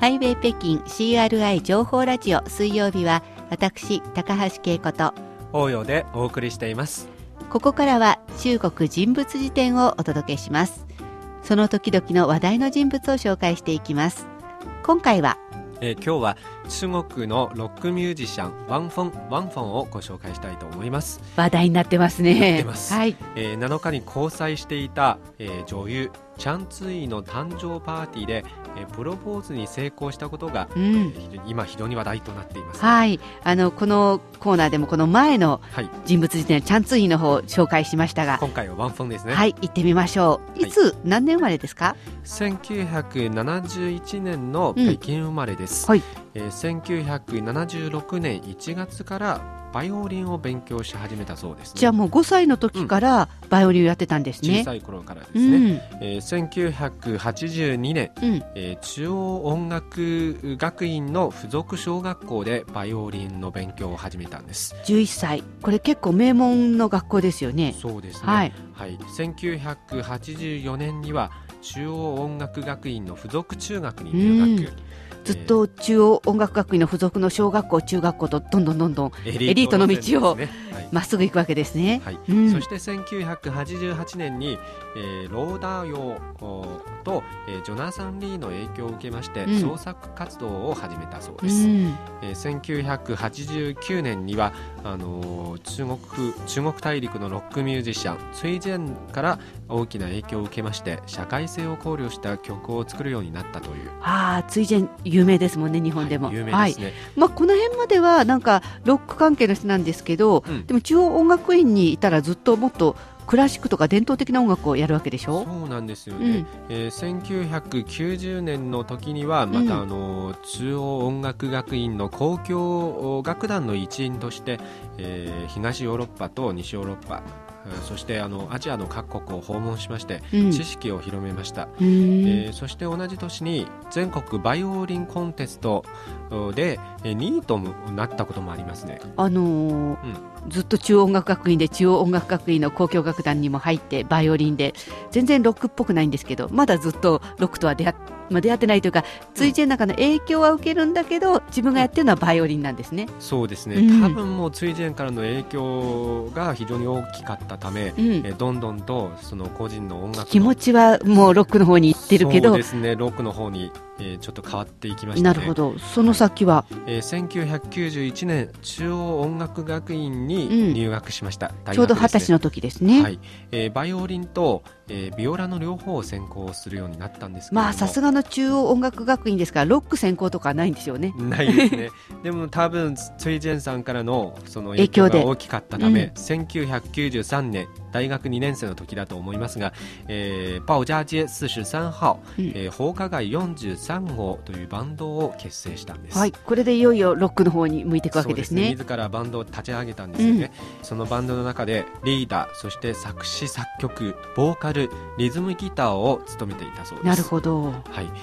ハイウェイ北京 CRI 情報ラジオ、水曜日は私高橋恵子と応用でお送りしています。 ここからは中国人物辞典をお届けします。その時々の話題の人物を紹介していきます。今回は今日は中国のロックミュージシャンワンフォンをご紹介したいと思います。 話題になってますね。 なってます、 はい。 7日に交際していた、女優チャン・ツイの誕生パーティーで、プロポーズに成功したことが、今非常に話題となっています、 はい。このコーナーでもこの前の人物辞典、チャン・ツイの方を紹介しましたが、 今回はワンフォンですね。 はい、行ってみましょう。いつ、何年生まれですか ？1971年の北京生まれです、 はい。 1976年1月からバイオリンを勉強し始めたそうですね。 じゃあもう5歳の時からバイオリンをやってたんですね。 小さい頃からですね、1982年、中央音楽学院の附属小学校でバイオリンの勉強を始めたんです。 11歳。これ結構名門の学校ですよね。 そうですね、 はいはい、1984年には中央音楽学院の附属中学に入学、 ずっと中央音楽学院の附属の小学校中学校とどんどんエリートの道をまっすぐ行くわけですね。 はい。そして1988年に、ローダーヨーと、ジョナサン・リーの影響を受けまして、創作活動を始めたそうです、1989年には中国大陸のロックミュージシャンツイ・ジェンから大きな影響を受けまして、社会性を考慮した曲を作るようになったという。 ツイ・ジェン有名ですもんね、日本でも。 はい、有名ですね。 この辺まではなんかロック関係の人なんですけど、でも中央音楽院にいたらずっともっとクラシックとか伝統的な音楽をやるわけでしょ。 そうなんですよね、1990年の時にはまた、中央音楽学院の交響楽団の一員として、東ヨーロッパと西ヨーロッパ、そしてアジアの各国を訪問しまして、知識を広めました、そして同じ年に全国バイオリンコンテストで2位となったこともありますね。ずっと中央音楽学院で中央音楽学院の交響楽団にも入ってバイオリンで、全然ロックっぽくないんですけど、まだずっとロックとは出会ってないというか、ツイ・ジェンの中の影響は受けるんだけど、自分がやってるのはバイオリンなんですね。そうですね、多分もうツイ・ジェンからの影響が非常に大きかったため、どんどんとその個人の音楽の気持ちはもうロックの方に行ってるけど、 そうですね、ロックの方にちょっと変わっていきましたね。 なるほど。その先は、 1991年中央音楽学院に入学しました、 ちょうど20歳の時ですね。 はい。バイオリンと、ビオラの両方を専攻するようになったんですけれども、 さすがの中央音楽学院ですからロック専攻とかはないんですよね。 ないですねでも多分ツイ・ジェンさんからのその影響が大きかったため、1993年大学2年生の時だと思いますが、鲍家街43号、法華街43号というバンドを結成したんです。 はい。これでいよいよロックの方に向いていくわけですね。 自らバンドを立ち上げたんですよね、そのバンドの中でリーダー、そして作詞作曲、ボーカル、リズムギターを務めていたそうです。 なるほど。 はい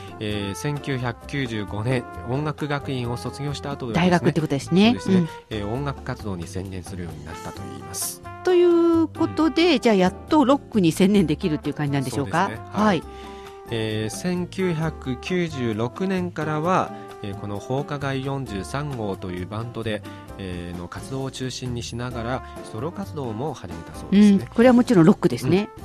。1995年音楽学院を卒業した後ではですね、 大学ってことですね。 そうですね、音楽活動に専念するようになったといいます。 ということで、じゃあやっとロックに専念できるっていう感じなんでしょうか。 そうですね。はい。1996年からは、この法華街43号というバンドで、の活動を中心にしながらソロ活動も始めたそうですね。 これはもちろんロックですね。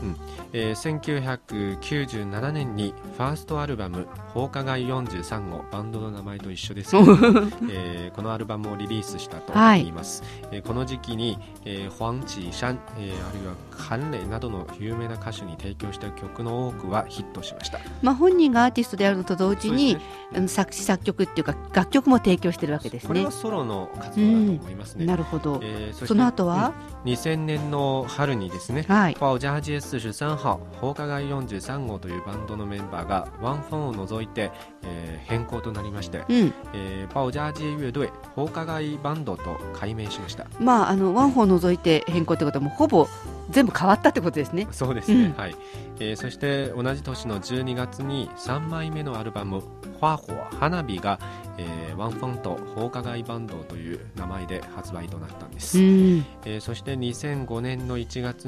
1997年にファーストアルバム法華街43号、バンドの名前と一緒ですけど、このアルバムをリリースしたといいます、この時期に、ホアンチーシャン、あるいはカンレイなどの有名な歌手に提供した曲の多くはヒットしました。 本人がアーティストであるのと同時に、作詞作曲っていうか楽曲も提供してるわけですね。 これはソロの活動だと思いますね。 なるほど。その後は、 2000年の春にですね、鲍家街43号、法華街43号というバンドのメンバーがワンフォンを除いて、変更となりまして、鲍家街乐隊法華街バンドと改名しました。 ワンフォンを除いて変更ということはもうほぼ全部変わったってことですね。 そうですね、はい。そして同じ年の12月に3枚目のアルバム花火花火が、ワンフォンと法華街バンドという名前で発売となったんです。そして2005年の1月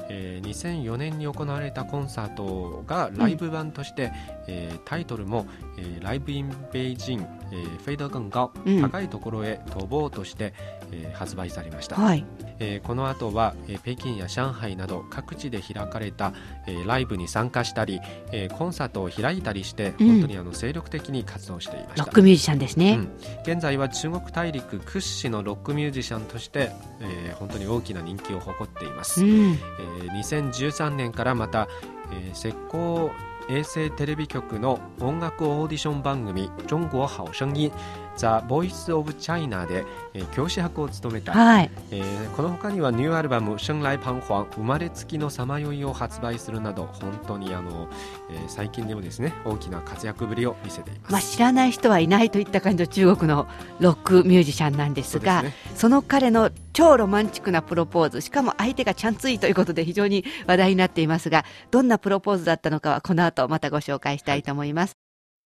に、2004年に行われたコンサートがライブ版として、タイトルも、 ライブインベイジン、フェイド更高、高いところへ飛ぼうとして、発売されました、はい。この後は、北京や上海など各地で開かれた、ライブに参加したり、コンサートを開いたりして本当に精力的に活動していました。 ロックミュージシャンですね、 現在は中国大陸屈指のロックミュージシャンとして、本当に大きな人気を誇っています、2013年からまた、浙江衛星テレビ局の音楽オーディション番組中国好声音ザ・ボイス・オブ・チャイナで、教師役を務めた、はい。この他にはニューアルバム生来彷徨生まれつきのさまよいを発売するなど本当に最近でもですね大きな活躍ぶりを見せています、 知らない人はいないといった感じの中国のロックミュージシャンなんですが、 その彼の超ロマンチックなプロポーズ、しかも相手がチャンツイということで非常に話題になっていますが、どんなプロポーズだったのかはこの後またご紹介したいと思います、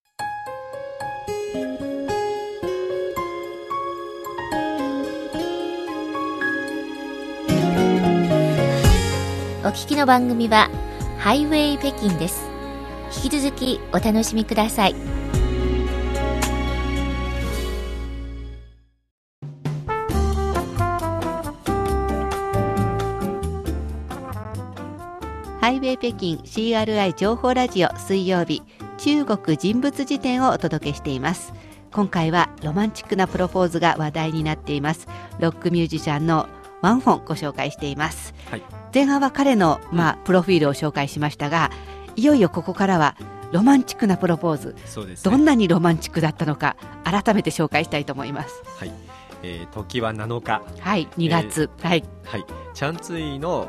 お聞きの番組はハイウェイ北京です。引き続きお楽しみください。 ハイウェイ北京 CRI 情報ラジオ水曜日、中国人物辞典をお届けしています。今回はロマンチックなプロポーズが話題になっていますロックミュージシャンのワンフォンご紹介しています、はい。前半は彼の、プロフィールを紹介しましたが、いよいよここからはロマンチックなプロポーズ、そうですね、どんなにロマンチックだったのか改めて紹介したいと思います。 はい。時は7日、 はい、2月、はい、 はい、チャンツイの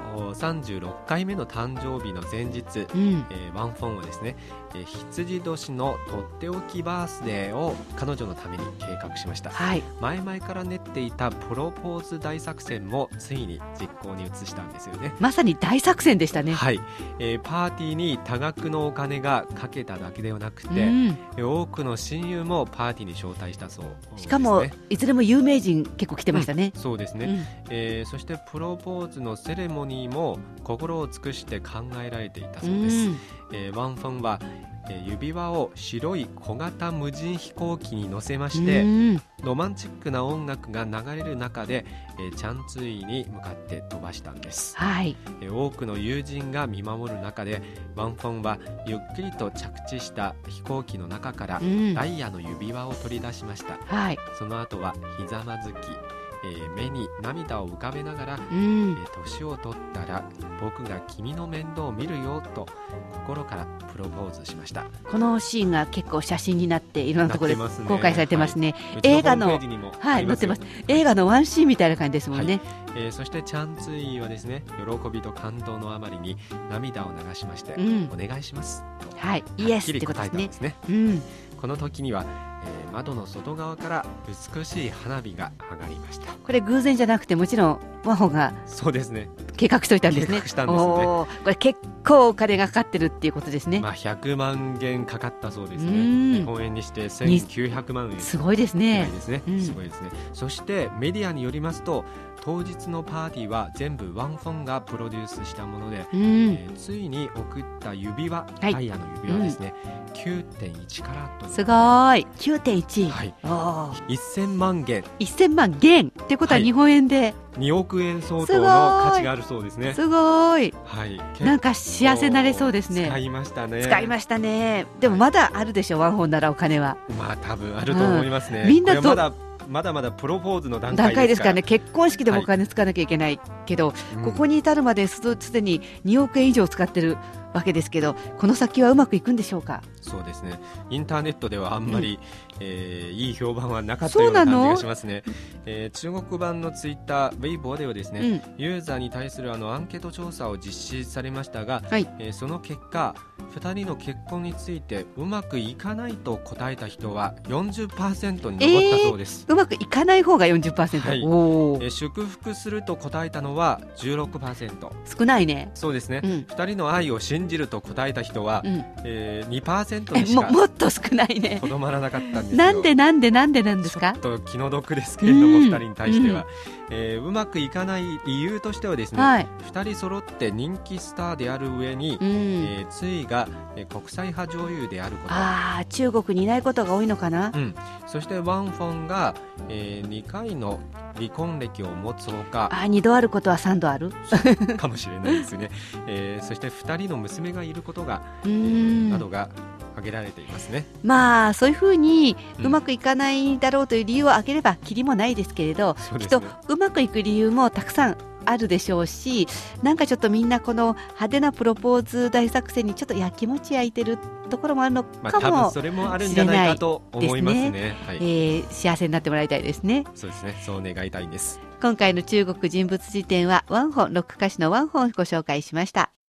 36回目の誕生日の前日、ワンフォンはですね、羊年のとっておきバースデーを彼女のために計画しました、はい。前々から練っていたプロポーズ大作戦もついに実行に移したんですよね。 まさに大作戦でしたね。 はい。パーティーに多額のお金がかけただけではなくて、多くの親友もパーティーに招待したそうですね。 しかもいずれも有名人結構来てましたね、 そうですね、そしてプロポーズのセレモニーも心を尽くして考えられていたそうです、ワンフォンは指輪を白い小型無人飛行機に乗せまして、ロマンチックな音楽が流れる中で、チャンツイに向かって飛ばしたんです、はい。多くの友人が見守る中でワンフォンはゆっくりと着地した飛行機の中からダイヤの指輪を取り出しました、はい。その後はひざまずき、目に涙を浮かべながら、年を取ったら僕が君の面倒を見るよと心からプロポーズしました。 このシーンが結構写真になっていろんなところで公開されてますね、はい。映画の、はい、載ってます。映画のワンシーンみたいな感じですもんね、 はい。そしてチャンツイはですね、喜びと感動のあまりに涙を流しまして、お願いしますと、 はい、イエスってことですね。 この時には窓の外側から美しい花火が上がりました。 これ偶然じゃなくて、もちろんワンフォンがそうですね、 計画しといたんですね。 計画したんですね。 これ結構お金がかかってるっていうことですね。 100万元かかったそうですね。日本円にして1900万円。 すごいですね。 すごいですね。そしてメディアによりますと、当日のパーティーは全部ワンフォンがプロデュースしたもので、ついに送った指輪、ダイヤの指輪ですね、9.1 カラット。 すごい。9.1、 はい、1000万元。 1000万元ってことは日本円で、 2億円相当の価値があるそうですね。 すごい、 はい、 なんか幸せになれそうですね。 使いましたね。 使いましたね。でもまだあるでしょ、ワンフォンならお金は。 多分あると思いますね、 みんなとまだまだプロポーズの段階ですからね。結婚式でもお金使わなきゃいけないけど、ここに至るまですでに2億円以上使ってるわけですけど、この先はうまくいくんでしょうか。 そうですね、インターネットではあんまり、いい評判はなかったような感じがしますね。中国版のツイッター、ウェイボーではですね、ユーザーに対するアンケート調査を実施されましたが、その結果、2人の結婚についてうまくいかないと答えた人は 40% に上ったそうです、 うまくいかない方が 40%、 祝福すると答えたのは 16%。 少ないね。 そうですね、2人の愛を信じると答えた人は、2% にしかもっと少ないね。 とどまらなかったんですよ。 なんでなんですか。 ちょっと気の毒ですけれども、2人に対しては、うまくいかない理由としてはですね、2人揃って人気スターである上に、ついがが国際派女優であること。 中国にいないことが多いのかな。 そしてワン・フォンが、2回の離婚歴を持つほか、 2度あることは3度あるかもしれないですね。そして2人の娘がいることが、などが挙げられていますね。 そういうふうにうまくいかないだろうという理由を挙げればきりもないですけれど、きっとうまくいく理由もたくさんあるでしょうし、なんかちょっとみんなこの派手なプロポーズ大作戦にちょっとやきもち焼いてるところもあるのかもしれないですね。 多分それもあるんじゃないかと思いますね。 幸せになってもらいたいですね。 そうですね、そう願いたいんです。 今回の中国人物辞典はワンホン、ロック歌手のワンホンをご紹介しました。